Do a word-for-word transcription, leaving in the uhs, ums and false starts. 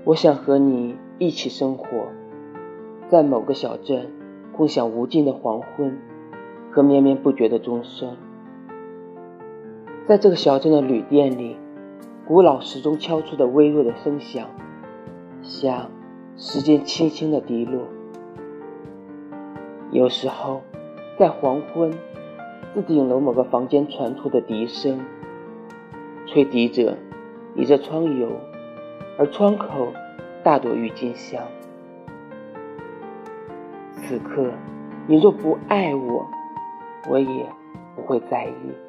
我想和你一起生活，在某个小镇，共享无尽的黄昏和绵绵不绝的钟声。在这个小镇的旅店里，古老时钟敲出的微弱的声响，像时间轻轻的滴落。有时候在黄昏，自顶楼某个房间传出的笛声，吹笛者倚着窗游，而窗口大朵郁金香。此刻你若不爱我，我也不会在意。